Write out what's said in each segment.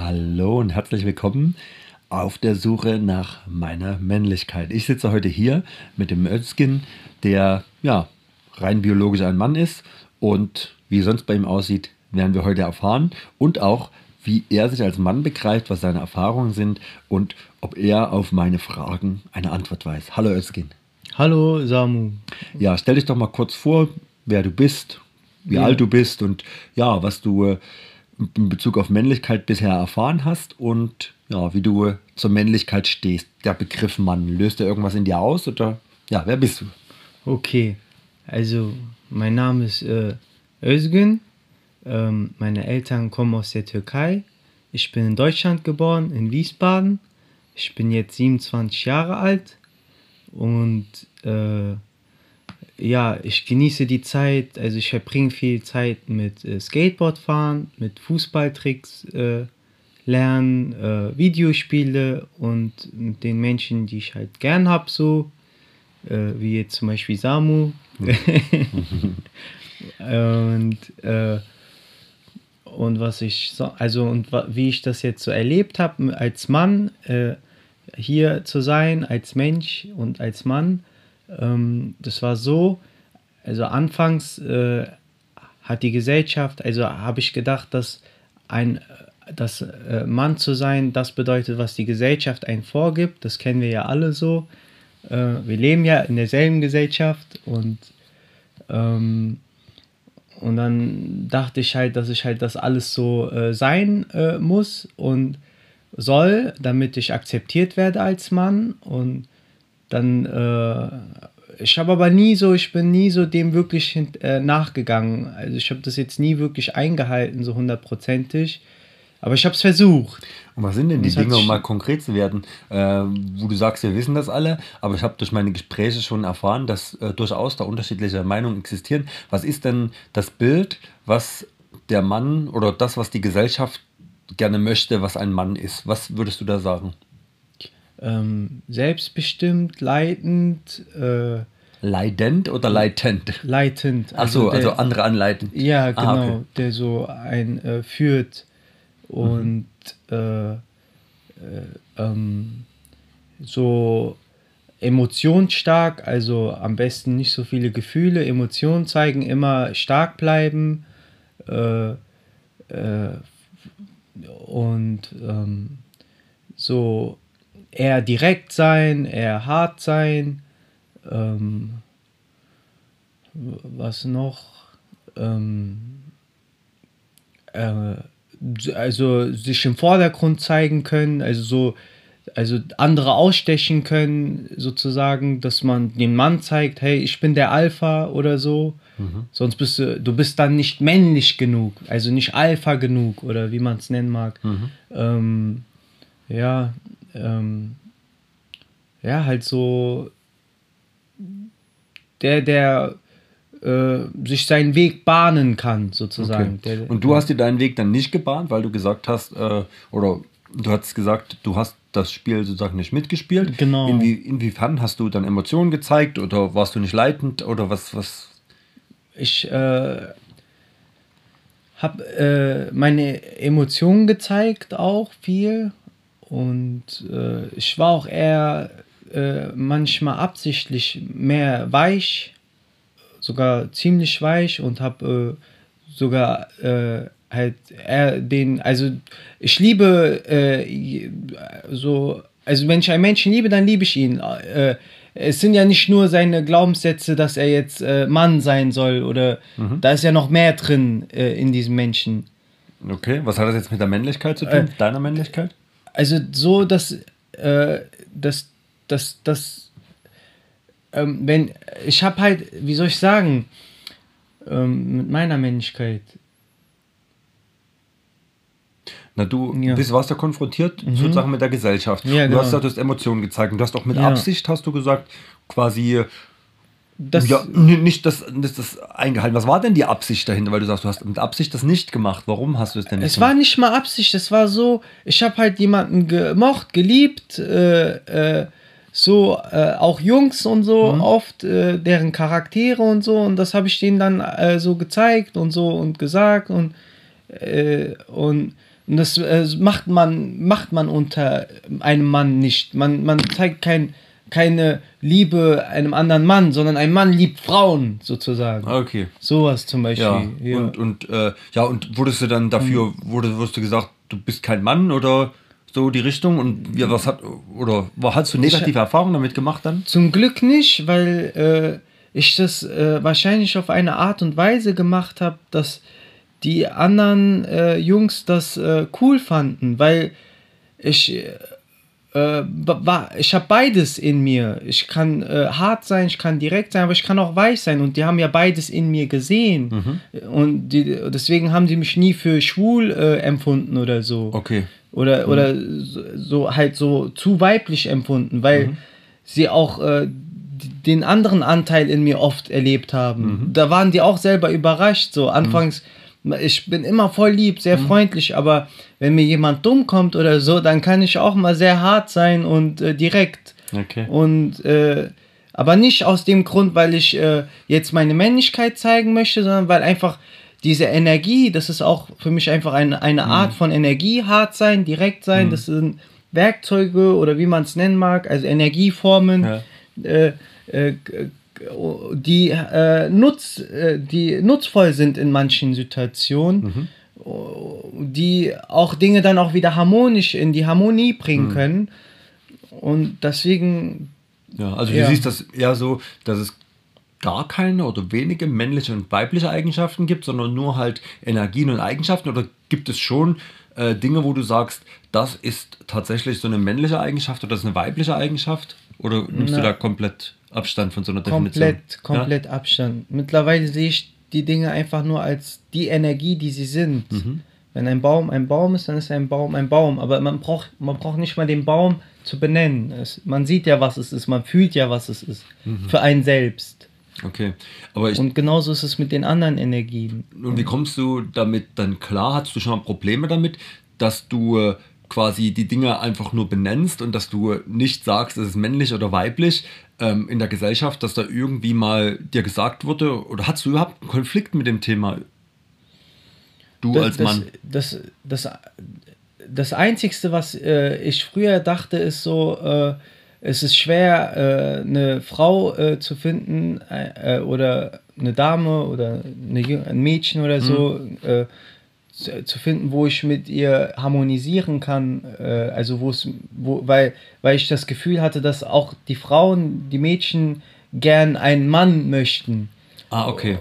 Hallo und herzlich willkommen auf der Suche nach meiner Männlichkeit. Ich sitze heute hier mit dem Özgün, der ja rein biologisch ein Mann ist, und wie sonst bei ihm aussieht, werden wir heute erfahren, und auch wie er sich als Mann begreift, was seine Erfahrungen sind und ob er auf meine Fragen eine Antwort weiß. Hallo Özgün. Hallo Samu. Ja, stell dich doch mal kurz vor, wer du bist, wie alt du bist und ja, was du in Bezug auf Männlichkeit bisher erfahren hast und ja, wie du zur Männlichkeit stehst. Der Begriff Mann, löst er irgendwas in dir aus oder ja, wer bist du? Okay, also mein Name ist Özgün. Meine Eltern kommen aus der Türkei. Ich bin in Deutschland geboren, in Wiesbaden. Ich bin jetzt 27 Jahre alt und ja, ich genieße die Zeit. Also ich verbringe viel Zeit mit Skateboardfahren, mit Fußballtricks lernen, Videospiele und mit den Menschen, die ich halt gern habe, so wie jetzt zum Beispiel Samu. und was ich so, wie ich das jetzt so erlebt habe, als Mann hier zu sein, als Mensch und als Mann, das war so, also anfangs hat die Gesellschaft, also habe ich gedacht, dass Mann zu sein, das bedeutet, was die Gesellschaft einen vorgibt. Das kennen wir ja alle so. Wir leben ja in derselben Gesellschaft und dann dachte ich halt, dass ich halt das alles so sein muss und soll, damit ich akzeptiert werde als Mann. Und dann, ich bin nie so dem wirklich nachgegangen. Also ich habe das jetzt nie wirklich eingehalten, so hundertprozentig. Aber ich habe es versucht. Und was sind denn die Dinge, um mal konkret zu werden, wo du sagst, wir wissen das alle, aber ich habe durch meine Gespräche schon erfahren, dass durchaus da unterschiedliche Meinungen existieren. Was ist denn das Bild, was der Mann oder das, was die Gesellschaft gerne möchte, was ein Mann ist? Was würdest du da sagen? Selbstbestimmt, leitend. Leidend oder leitend? Leitend. Also andere anleiten. Ja, genau, okay. Der so einen führt und so emotionsstark, also am besten nicht so viele Gefühle, Emotionen zeigen, immer stark bleiben und so eher direkt sein, eher hart sein, was noch, also sich im Vordergrund zeigen können, also andere ausstechen können, sozusagen, dass man dem Mann zeigt, hey, ich bin der Alpha oder so. Sonst bist du bist dann nicht männlich genug, also nicht Alpha genug oder wie man es nennen mag. Ja, halt so der sich seinen Weg bahnen kann, sozusagen. Okay. Und du hast dir deinen Weg dann nicht gebahnt, weil du gesagt hast, oder du hast gesagt, du hast das Spiel sozusagen nicht mitgespielt. Genau. Inwiefern hast du dann Emotionen gezeigt oder warst du nicht leitend oder was? Ich habe meine Emotionen gezeigt auch viel und ich war auch eher manchmal absichtlich mehr weich, sogar ziemlich weich und habe sogar halt also ich liebe also wenn ich einen Menschen liebe, dann liebe ich ihn. Es sind ja nicht nur seine Glaubenssätze, dass er jetzt Mann sein soll oder da ist ja noch mehr drin in diesem Menschen. Okay, was hat das jetzt mit der Männlichkeit zu tun, deiner Männlichkeit? Also so, dass wenn ich habe halt, wie soll ich sagen, mit meiner Männlichkeit. Na, warst ja konfrontiert sozusagen mit der Gesellschaft. Ja, genau. Du hast genau. gesagt, du hast Emotionen gezeigt und du hast auch mit Absicht, hast du gesagt, quasi das nicht das eingehalten. Was war denn die Absicht dahinter? Weil du sagst, du hast mit Absicht das nicht gemacht. Warum hast du es denn nicht gemacht? Es war nicht mal Absicht, es war so, ich habe halt jemanden gemocht, geliebt, auch Jungs und so, oft deren Charaktere und so, und das habe ich denen dann so gezeigt und so und gesagt und Und das macht man unter einem Mann nicht. Man zeigt keine Liebe einem anderen Mann, sondern ein Mann liebt Frauen, sozusagen. Okay. Sowas zum Beispiel. Ja. Und wurdest du dann dafür, wurdest du gesagt, du bist kein Mann oder so die Richtung? Und ja, hast du negative Erfahrungen damit gemacht dann? Zum Glück nicht, weil ich das wahrscheinlich auf eine Art und Weise gemacht habe, dass die anderen Jungs das cool fanden, weil ich habe beides in mir. Ich kann hart sein, ich kann direkt sein, aber ich kann auch weich sein. Und die haben ja beides in mir gesehen. Und deswegen haben die mich nie für schwul empfunden oder so. Okay. Oder so halt so zu weiblich empfunden, weil sie auch den anderen Anteil in mir oft erlebt haben. Da waren die auch selber überrascht. So anfangs, ich bin immer voll lieb, sehr freundlich, aber wenn mir jemand dumm kommt oder so, dann kann ich auch mal sehr hart sein und direkt. Okay. Und aber nicht aus dem Grund, weil ich jetzt meine Männlichkeit zeigen möchte, sondern weil einfach diese Energie, das ist auch für mich einfach eine Art von Energie, hart sein, direkt sein, das sind Werkzeuge oder wie man es nennen mag, also Energieformen, die nutzvoll sind in manchen Situationen, die auch Dinge dann auch wieder harmonisch in die Harmonie bringen können. Und deswegen... Ja, also du siehst das eher so, dass es gar keine oder wenige männliche und weibliche Eigenschaften gibt, sondern nur halt Energien und Eigenschaften, oder gibt es schon Dinge, wo du sagst, das ist tatsächlich so eine männliche Eigenschaft oder das ist eine weibliche Eigenschaft? Oder nimmst du da komplett Abstand von so einer Definition? Komplett Abstand. Mittlerweile sehe ich die Dinge einfach nur als die Energie, die sie sind. Wenn ein Baum ist, dann ist ein Baum ein Baum. Aber man braucht nicht mal den Baum zu benennen. Man sieht ja, was es ist. Man fühlt ja, was es ist. Für einen selbst. Okay. Und genauso ist es mit den anderen Energien. Und wie kommst du damit dann klar? Hattest du schon mal Probleme damit, dass du quasi die Dinge einfach nur benennst und dass du nicht sagst, es ist männlich oder weiblich in der Gesellschaft, dass da irgendwie mal dir gesagt wurde? Oder hattest du überhaupt einen Konflikt mit dem Thema? Als Mann? Das Einzigste, was ich früher dachte, ist so, es ist schwer, eine Frau zu finden oder eine Dame oder ein Mädchen oder so zu finden, wo ich mit ihr harmonisieren kann. Also weil ich das Gefühl hatte, dass auch die Frauen, die Mädchen gern einen Mann möchten. Ah, okay.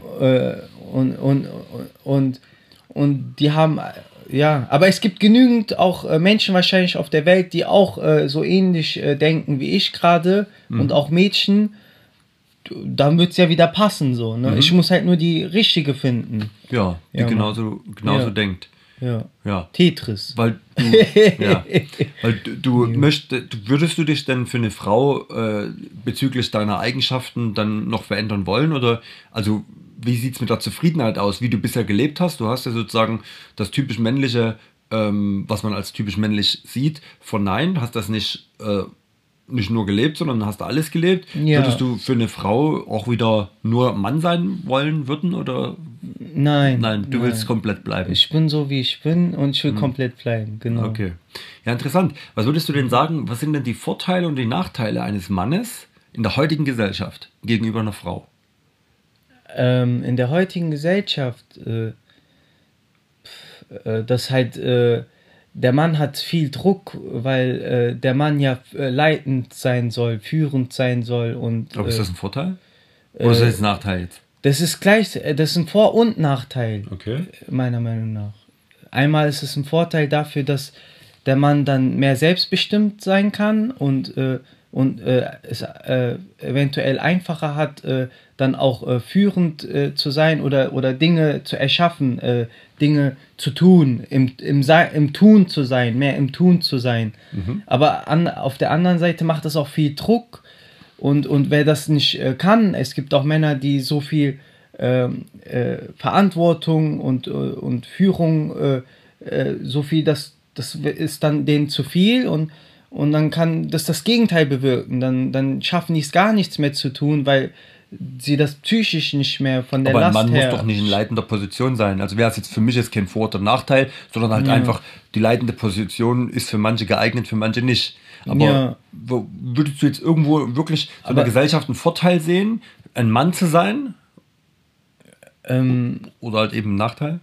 Und die haben, ja, aber es gibt genügend auch Menschen wahrscheinlich auf der Welt, die auch so ähnlich denken wie ich gerade und auch Mädchen, dann wird es ja wieder passen so, ne? Ich muss halt nur die richtige finden. Ja, die genauso denkt. Ja. Tetris. Weil du würdest du dich denn für eine Frau bezüglich deiner Eigenschaften dann noch verändern wollen? Oder, also, wie sieht es mit der Zufriedenheit aus, wie du bisher gelebt hast? Du hast ja sozusagen das typisch männliche, was man als typisch männlich sieht, verneint, hast das nicht nur gelebt, sondern hast alles gelebt. Ja. Würdest du für eine Frau auch wieder nur Mann sein wollen würden? Oder? Nein, du willst komplett bleiben. Ich bin so, wie ich bin und ich will komplett bleiben, genau. Okay. Ja, interessant. Was würdest du denn sagen, was sind denn die Vorteile und die Nachteile eines Mannes in der heutigen Gesellschaft gegenüber einer Frau? In der heutigen Gesellschaft, dass halt der Mann hat viel Druck, weil der Mann ja leitend sein soll, führend sein soll. Aber ist das ein Vorteil? Oder ist das ein Nachteil jetzt? Das ist ein Vor- und Nachteil, okay, meiner Meinung nach. Einmal ist es ein Vorteil dafür, dass der Mann dann mehr selbstbestimmt sein kann und es eventuell einfacher hat, dann auch führend zu sein oder Dinge zu erschaffen, Dinge zu tun, im Tun zu sein, mehr im Tun zu sein. Aber auf der anderen Seite macht das auch viel Druck und wer das nicht kann, es gibt auch Männer, die so viel Verantwortung und Führung, so viel, das ist dann denen zu viel und dann kann das Gegenteil bewirken. Dann schaffen die es gar nichts mehr zu tun, weil sie das psychisch nicht mehr von der Aber ein Last Mann her. muss doch nicht in leitender Position sein. Also wäre es jetzt für mich jetzt kein Vor- oder Nachteil, sondern halt einfach, die leitende Position ist für manche geeignet, für manche nicht. Aber Ja. würdest du jetzt irgendwo wirklich so in der Gesellschaft einen Vorteil sehen, ein Mann zu sein? Oder halt eben einen Nachteil?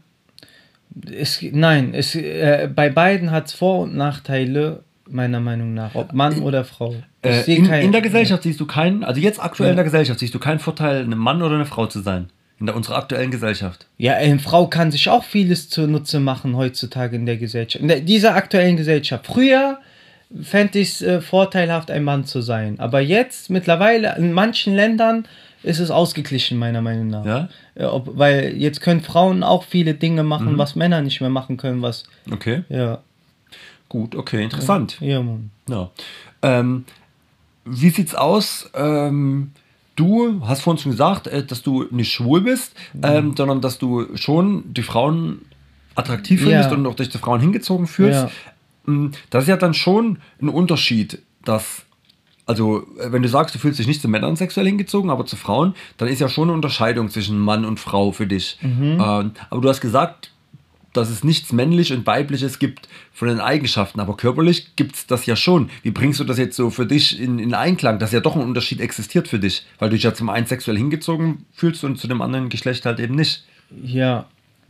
Bei beiden hat es Vor- und Nachteile, meiner Meinung nach, ob Mann oder Frau. Ich sehe In der Gesellschaft siehst du keinen, also jetzt aktuell in der Gesellschaft siehst du keinen Vorteil, ein Mann oder eine Frau zu sein. Unserer aktuellen Gesellschaft. Ja, eine Frau kann sich auch vieles zunutze machen heutzutage in der Gesellschaft. Dieser aktuellen Gesellschaft. Früher fände ich es vorteilhaft, ein Mann zu sein. Aber jetzt, mittlerweile, in manchen Ländern ist es ausgeglichen, meiner Meinung nach. Ja? Weil jetzt können Frauen auch viele Dinge machen, was Männer nicht mehr machen können. Okay. Ja. Gut, okay, interessant. Ja, Mann. Ja. Wie sieht's aus? Du hast vorhin schon gesagt, dass du nicht schwul bist, sondern dass du schon die Frauen attraktiv findest und auch dich zu Frauen hingezogen fühlst. Ja. Das ist ja dann schon ein Unterschied, dass, also wenn du sagst, du fühlst dich nicht zu Männern sexuell hingezogen, aber zu Frauen, dann ist ja schon eine Unterscheidung zwischen Mann und Frau für dich. Aber du hast gesagt, dass es nichts Männlich und Weibliches gibt von den Eigenschaften, aber körperlich gibt es das ja schon. Wie bringst du das jetzt so für dich in Einklang, dass ja doch ein Unterschied existiert für dich, weil du dich ja zum einen sexuell hingezogen fühlst und zu dem anderen Geschlecht halt eben nicht? Ja.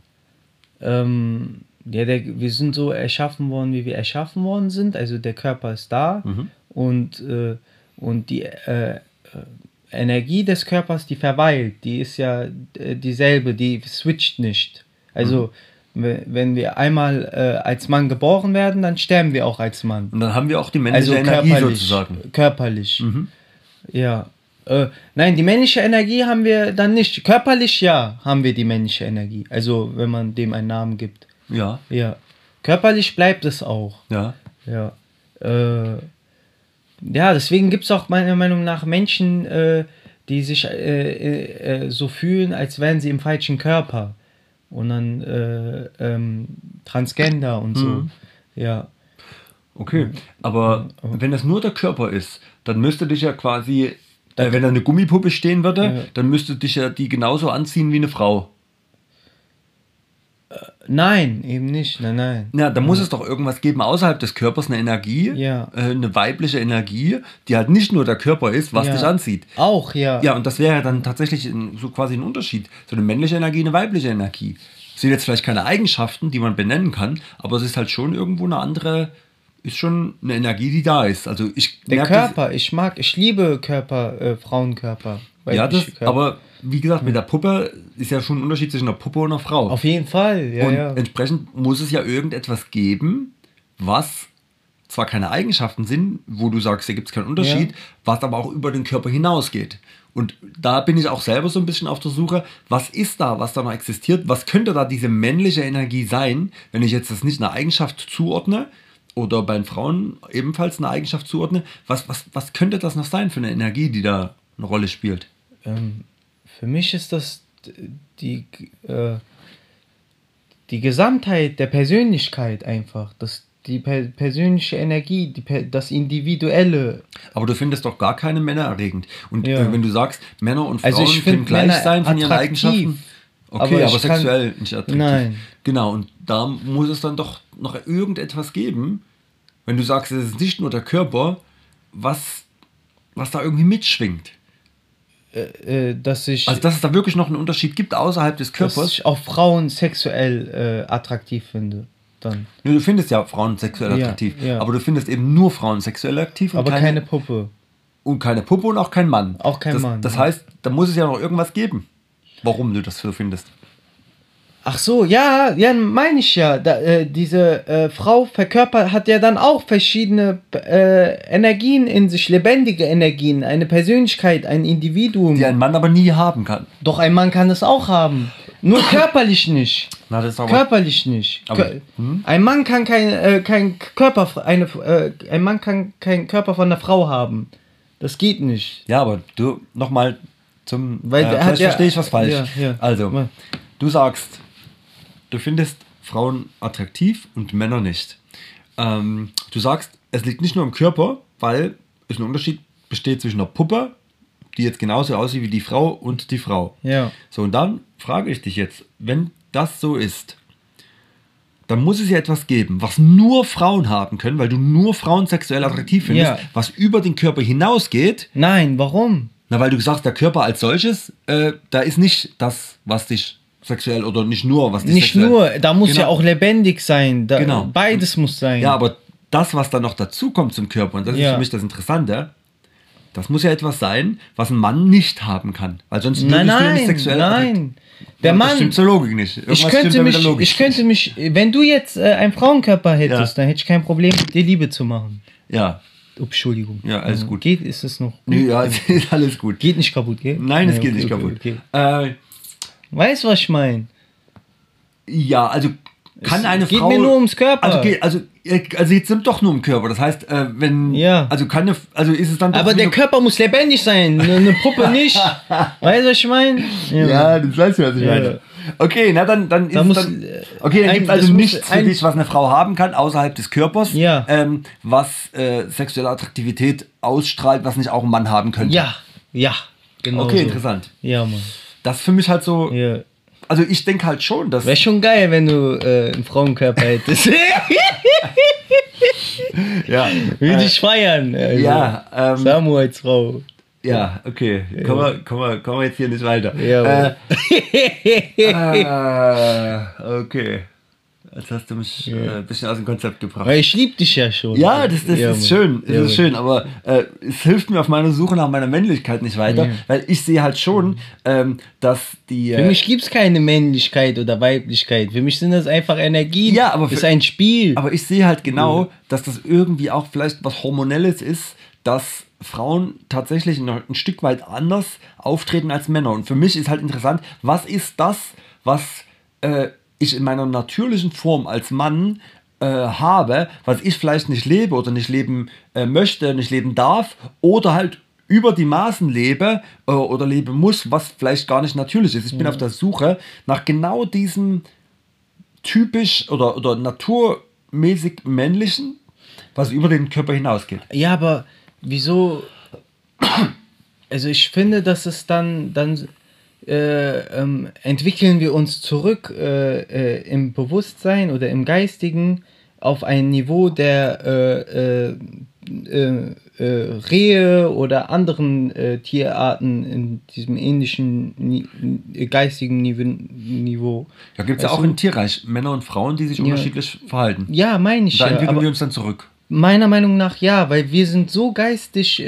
Wir sind so erschaffen worden, wie wir erschaffen worden sind. Also der Körper ist da und die Energie des Körpers, die verweilt, die ist ja dieselbe, die switcht nicht. Also wenn wir einmal als Mann geboren werden, dann sterben wir auch als Mann. Und dann haben wir auch die männliche Energie sozusagen. Körperlich. Ja. Nein, die männliche Energie haben wir dann nicht. Körperlich ja, haben wir die männliche Energie. Also wenn man dem einen Namen gibt. Ja. Ja. Körperlich bleibt es auch. Ja. Ja. Ja, deswegen gibt es auch meiner Meinung nach Menschen, die sich so fühlen, als wären sie im falschen Körper. Und dann Transgender und so. Ja. Okay, aber wenn das nur der Körper ist, dann müsste dich ja quasi, wenn da eine Gummipuppe stehen würde, dann müsste dich ja die genauso anziehen wie eine Frau. Nein, eben nicht. Nein. Ja, da muss es doch irgendwas geben außerhalb des Körpers, eine Energie, eine weibliche Energie, die halt nicht nur der Körper ist, was dich anzieht. Auch, ja. Ja, und das wäre ja dann tatsächlich so quasi ein Unterschied. So eine männliche Energie, eine weibliche Energie. Es sind jetzt vielleicht keine Eigenschaften, die man benennen kann, aber es ist halt schon irgendwo eine andere, ist schon eine Energie, die da ist. Also der Körper, ich liebe Körper, Frauenkörper. Ja, aber wie gesagt, mit der Puppe ist ja schon ein Unterschied zwischen einer Puppe und einer Frau. Auf jeden Fall, ja. Und entsprechend muss es ja irgendetwas geben, was zwar keine Eigenschaften sind, wo du sagst, da gibt es keinen Unterschied, was aber auch über den Körper hinausgeht. Und da bin ich auch selber so ein bisschen auf der Suche, was ist da, was da noch existiert, was könnte da diese männliche Energie sein, wenn ich jetzt das nicht einer Eigenschaft zuordne oder bei den Frauen ebenfalls eine Eigenschaft zuordne, was könnte das noch sein für eine Energie, die da eine Rolle spielt? Für mich ist das die Gesamtheit der Persönlichkeit einfach, die persönliche Energie, das Individuelle. Aber du findest doch gar keine Männer erregend. Und wenn du sagst, Männer und Frauen also können gleich Männer sein von ihren Eigenschaften. Okay, aber sexuell nicht attraktiv. Nein. Genau, und da muss es dann doch noch irgendetwas geben, wenn du sagst, es ist nicht nur der Körper, was da irgendwie mitschwingt. Dass es da wirklich noch einen Unterschied gibt außerhalb des Körpers. Dass ich auch Frauen sexuell attraktiv finde. Dann. Du findest ja Frauen sexuell attraktiv, aber du findest eben nur Frauen sexuell aktiv. Aber keine Puppe. Und keine Puppe und auch kein Mann. Auch kein Mann. Das heißt, da muss es ja noch irgendwas geben, warum du das so findest. Ach so, ja, meine ich ja. Diese Frau hat ja dann auch verschiedene Energien in sich, lebendige Energien, eine Persönlichkeit, ein Individuum. Die ein Mann aber nie haben kann. Doch, ein Mann kann es auch haben. Nur körperlich nicht. Na, das ist aber körperlich nicht. Aber, ein Mann kann kein Körper, ein Mann kann keinen Körper von einer Frau haben. Das geht nicht. Ja, aber du, nochmal vielleicht verstehe ich was falsch. Ja. Also, du sagst, du findest Frauen attraktiv und Männer nicht. Du sagst, es liegt nicht nur im Körper, weil es ein Unterschied besteht zwischen einer Puppe, die jetzt genauso aussieht wie die Frau und die Frau. Ja. So, und dann frage ich dich jetzt, wenn das so ist, dann muss es ja etwas geben, was nur Frauen haben können, weil du nur Frauen sexuell attraktiv findest, Ja. was über den Körper hinausgeht. Nein, warum? Na, weil du sagst, der Körper als solches, da ist nicht das, was dich sexuell oder nicht nur, was dich Nicht sexuell... nur, da muss Genau. ja auch lebendig sein. Da, Genau. Beides muss sein. Ja, aber das, was dann noch dazu kommt zum Körper, und das ist Ja. für mich das Interessante, das muss ja etwas sein, was ein Mann nicht haben kann. Weil sonst würdest du ja nicht sexuell nein. Der Ja, Mann, das stimmt zur Logik nicht. Irgendwas ich stimmt könnte, da mit der mich, Logik ich könnte mich, wenn du jetzt einen Frauenkörper hättest, Ja. dann hätte ich kein Problem, mit dir Liebe zu machen. Ja, Oh, Entschuldigung. Ja, alles gut. Geht, ist es noch gut? nee, ja, es ist alles gut. Geht nicht kaputt, gell? Nein, es Nee, geht okay, nicht okay, kaputt. okay. Weißt du, was ich meine? Ja, also kann eine geht Frau... mir nur ums Körper. Also jetzt sind doch nur im Körper. Das heißt, wenn... Ja. Also ist es dann doch... Aber wie der eine- Körper muss lebendig sein, eine Puppe nicht. Weißt du, was ich meine? Ja, das weißt du, was ich Ja. meine. Okay, na dann ist Da es muss, dann... Okay, dann gibt es das also muss nichts für dich, was eine Frau haben kann, außerhalb des Körpers, Ja. was sexuelle Attraktivität ausstrahlt, was nicht auch ein Mann haben könnte. Ja, genau. Okay, so. interessant. Ja, Mann. Das ist für mich halt so... Ja. Also ich denke halt schon, dass... Wäre schon geil, wenn du einen Frauenkörper hättest. Ja, Würde ich feiern. Also. ja, Samu als Frau. ja, okay. Kommen wir jetzt hier nicht weiter. Ja, Okay. Jetzt hast du mich ein bisschen aus dem Konzept gebracht. weil ich liebe dich ja schon. Ja, das Ja, ist Mann. schön, Ja, ist schön, aber es hilft mir auf meiner Suche nach meiner Männlichkeit nicht weiter, Ja. weil ich sehe halt schon, dass die... Für mich gibt es keine Männlichkeit oder Weiblichkeit. Für mich sind das einfach Energien. Ja, aber das ist für- ein Spiel. Aber ich sehe halt genau, dass das irgendwie auch vielleicht was Hormonelles ist, dass Frauen tatsächlich noch ein Stück weit anders auftreten als Männer. Und für mich ist halt interessant, was ist das, was ich in meiner natürlichen Form als Mann habe, was ich vielleicht nicht lebe oder nicht leben möchte, nicht leben darf oder halt über die Maßen lebe oder leben muss, was vielleicht gar nicht natürlich ist. Ich bin auf der Suche nach genau diesem typisch oder naturmäßig männlichen, was über den Körper hinausgeht. Ja, aber wieso? Also ich finde, dass es dann entwickeln wir uns zurück im Bewusstsein oder im Geistigen auf ein Niveau der Rehe oder anderen Tierarten in diesem ähnlichen geistigen Niveau. Da gibt es ja Weißt auch du? im Tierreich Männer und Frauen, die sich unterschiedlich verhalten. Ja, meine ich Da ja. entwickeln Aber wir uns dann zurück. meiner Meinung nach ja, weil wir sind so geistig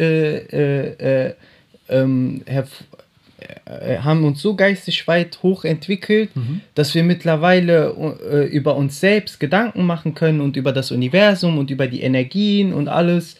haben uns so geistig weit hoch entwickelt, dass wir mittlerweile über uns selbst Gedanken machen können und über das Universum und über die Energien und alles,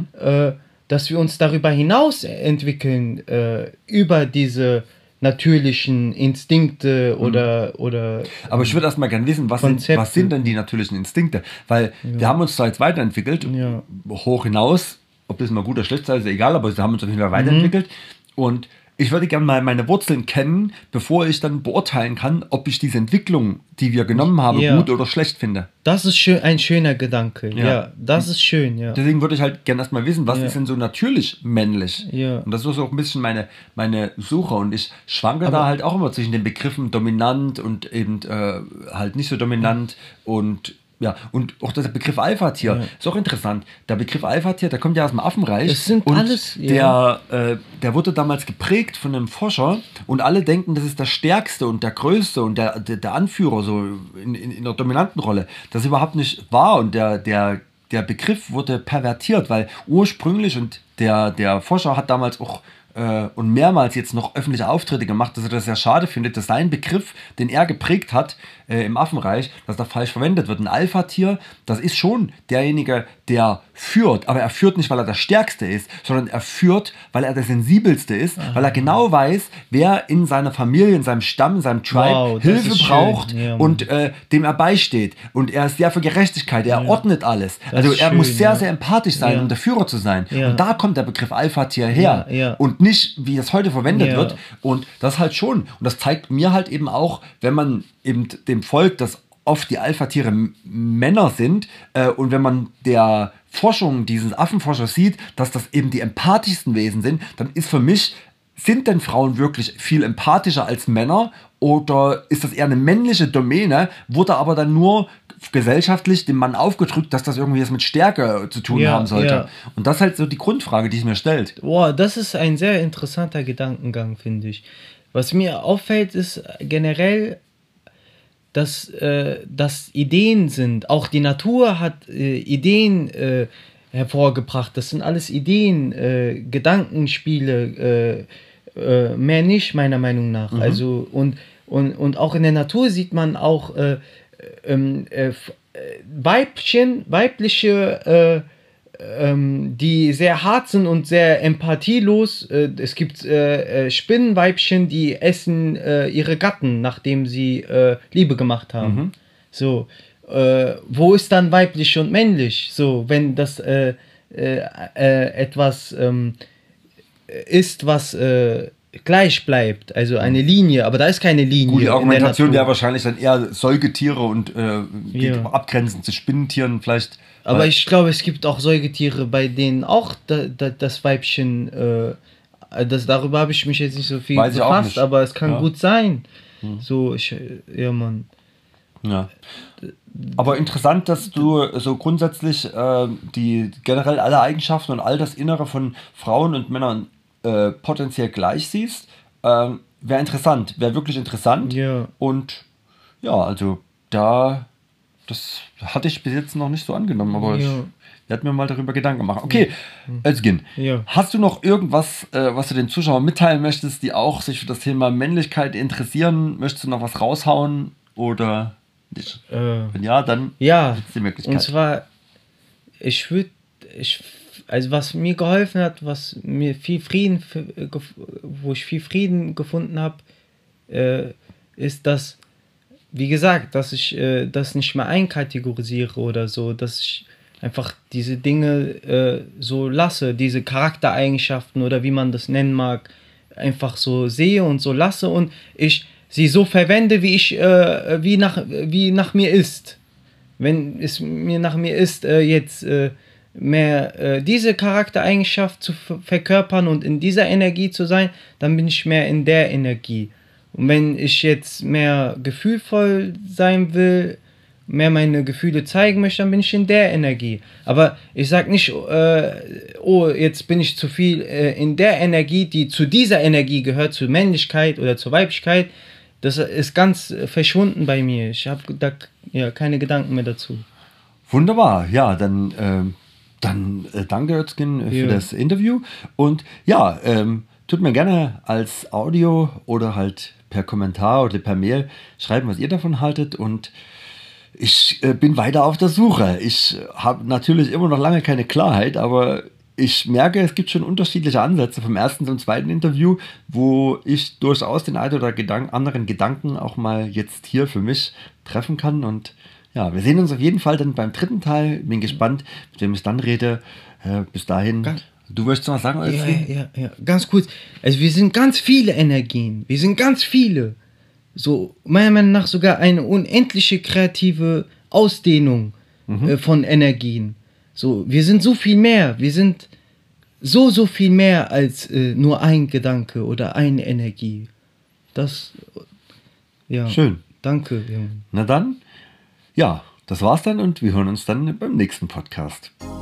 dass wir uns darüber hinaus entwickeln, über diese natürlichen Instinkte oder Aber ich würde erst mal gerne wissen, was Konzepte. sind denn die natürlichen Instinkte? Weil wir haben uns zwar jetzt weiterentwickelt, Ja. hoch hinaus, ob das mal gut oder schlecht sei, ist egal, aber wir haben uns auf jeden Fall weiterentwickelt. Und ich würde gerne mal meine Wurzeln kennen, bevor ich dann beurteilen kann, ob ich diese Entwicklung, die wir genommen haben, Ja. gut oder schlecht finde. das ist ein schöner Gedanke. Ja, das ist schön, ja. Deswegen würde ich halt gerne erstmal wissen, was Ja. ist denn so natürlich männlich? Ja. Und das ist auch ein bisschen meine Suche. Und ich schwanke da halt auch immer zwischen den Begriffen dominant und eben halt nicht so dominant. Und ja, und auch der Begriff Alpha-Tier ist auch interessant. Der Begriff Alpha-Tier, der kommt ja aus dem Affenreich. Es sind und alles, ja. der wurde damals geprägt von einem Forscher und alle denken, das ist der Stärkste und der Größte und der Anführer so in der dominanten Rolle. Das ist überhaupt nicht wahr und der Begriff wurde pervertiert, weil ursprünglich und der Forscher hat damals auch und mehrmals jetzt noch öffentliche Auftritte gemacht, dass er das sehr schade findet, dass sein Begriff, den er geprägt hat im Affenreich, dass da falsch verwendet wird. Ein Alpha-Tier, das ist schon derjenige, der führt, aber er führt nicht, weil er der Stärkste ist, sondern er führt, weil er der Sensibelste ist, weil er genau weiß, wer in seiner Familie, in seinem Stamm, in seinem Tribe Wow, das Hilfe ist schön. braucht Ja, Mann. und dem er beisteht. Und er ist sehr für Gerechtigkeit, er ordnet alles. Also ist er schön, muss sehr, ja. sehr empathisch sein, Ja. um der Führer zu sein. Ja. Und da kommt der Begriff Alpha-Tier her. Ja, ja. Und nicht, wie es heute verwendet Ja. wird. Und das halt schon. Und das zeigt mir halt eben auch, wenn man eben dem Volk, dass oft die Alpha-Tiere Männer sind und wenn man der Forschung dieses Affenforschers sieht, dass das eben die empathischsten Wesen sind, dann ist für mich sind denn Frauen wirklich viel empathischer als Männer oder ist das eher eine männliche Domäne, wurde aber dann nur gesellschaftlich dem Mann aufgedrückt, dass das irgendwie was mit Stärke zu tun haben sollte. Ja. Und das ist halt so die Grundfrage, die sich mir stellt. Boah, das ist ein sehr interessanter Gedankengang, finde ich. Was mir auffällt, ist generell, dass das Ideen sind. Auch die Natur hat Ideen hervorgebracht. Das sind alles Ideen, Gedankenspiele, mehr nicht, meiner Meinung nach. Also, und auch in der Natur sieht man auch weibliche, die sehr hart sind und sehr empathielos. Es gibt Spinnenweibchen, die essen ihre Gatten, nachdem sie Liebe gemacht haben. So, wo ist dann weiblich und männlich? So, wenn das etwas ist, was gleich bleibt, also eine Linie, aber da ist keine Linie. Gut, die Argumentation wäre Natur. wahrscheinlich dann eher Säugetiere und geht Ja. abgrenzend zu Spinnentieren vielleicht. Aber weil- ich glaube, es gibt auch Säugetiere, bei denen auch das Weibchen, darüber habe ich mich jetzt nicht so viel Weiß ich auch befasst, nicht. aber es kann Ja. gut sein. So, ja, Mann. Ja. Aber interessant, dass du so grundsätzlich die generell alle Eigenschaften und all das Innere von Frauen und Männern potenziell gleich siehst. Wäre interessant, wäre wirklich interessant. Ja. Und ja, also das hatte ich bis jetzt noch nicht so angenommen, aber ich Ja. werde mir mal darüber Gedanken machen. Okay, Özgün, Ja. hast du noch irgendwas, was du den Zuschauern mitteilen möchtest, die auch sich für das Thema Männlichkeit interessieren? Möchtest du noch was raushauen oder nicht? Wenn ja, dann Ja, gibt's die Möglichkeit. und zwar, also was mir geholfen hat, was mir wo ich viel Frieden gefunden habe, ist, dass, wie gesagt, dass ich das nicht mehr einkategorisiere oder so, dass ich einfach diese Dinge so lasse, diese Charaktereigenschaften oder wie man das nennen mag, einfach so sehe und so lasse und ich sie so verwende, wie nach mir ist. Wenn es mir nach mir ist, jetzt mehr diese Charaktereigenschaft zu verkörpern und in dieser Energie zu sein, dann bin ich mehr in der Energie. Und wenn ich jetzt mehr gefühlvoll sein will, mehr meine Gefühle zeigen möchte, dann bin ich in der Energie. Aber ich sag nicht, oh, jetzt bin ich zu viel in der Energie, die zu dieser Energie gehört, zur Männlichkeit oder zur Weiblichkeit. Das ist ganz verschwunden bei mir. Ich habe da keine Gedanken mehr dazu. Wunderbar, ja, dann danke Özgün für Ja. das Interview und ja, tut mir gerne als Audio oder halt per Kommentar oder per Mail schreiben, was ihr davon haltet und ich bin weiter auf der Suche. Ich habe natürlich immer noch lange keine Klarheit, aber ich merke, es gibt schon unterschiedliche Ansätze vom ersten zum zweiten Interview, wo ich durchaus den einen oder anderen Gedanken auch mal jetzt hier für mich treffen kann. Und ja, wir sehen uns auf jeden Fall dann beim dritten Teil. Bin gespannt, mit wem ich dann rede. Bis dahin. Du möchtest noch was sagen? Özgün? Ja, ganz kurz. Also wir sind ganz viele Energien. Wir sind ganz viele. So, meiner Meinung nach sogar eine unendliche kreative Ausdehnung von Energien. So, wir sind so viel mehr. Wir sind so viel mehr als nur ein Gedanke oder eine Energie. Das, ja. Schön. Danke, Junge. Na dann, ja, das war's dann und wir hören uns dann beim nächsten Podcast.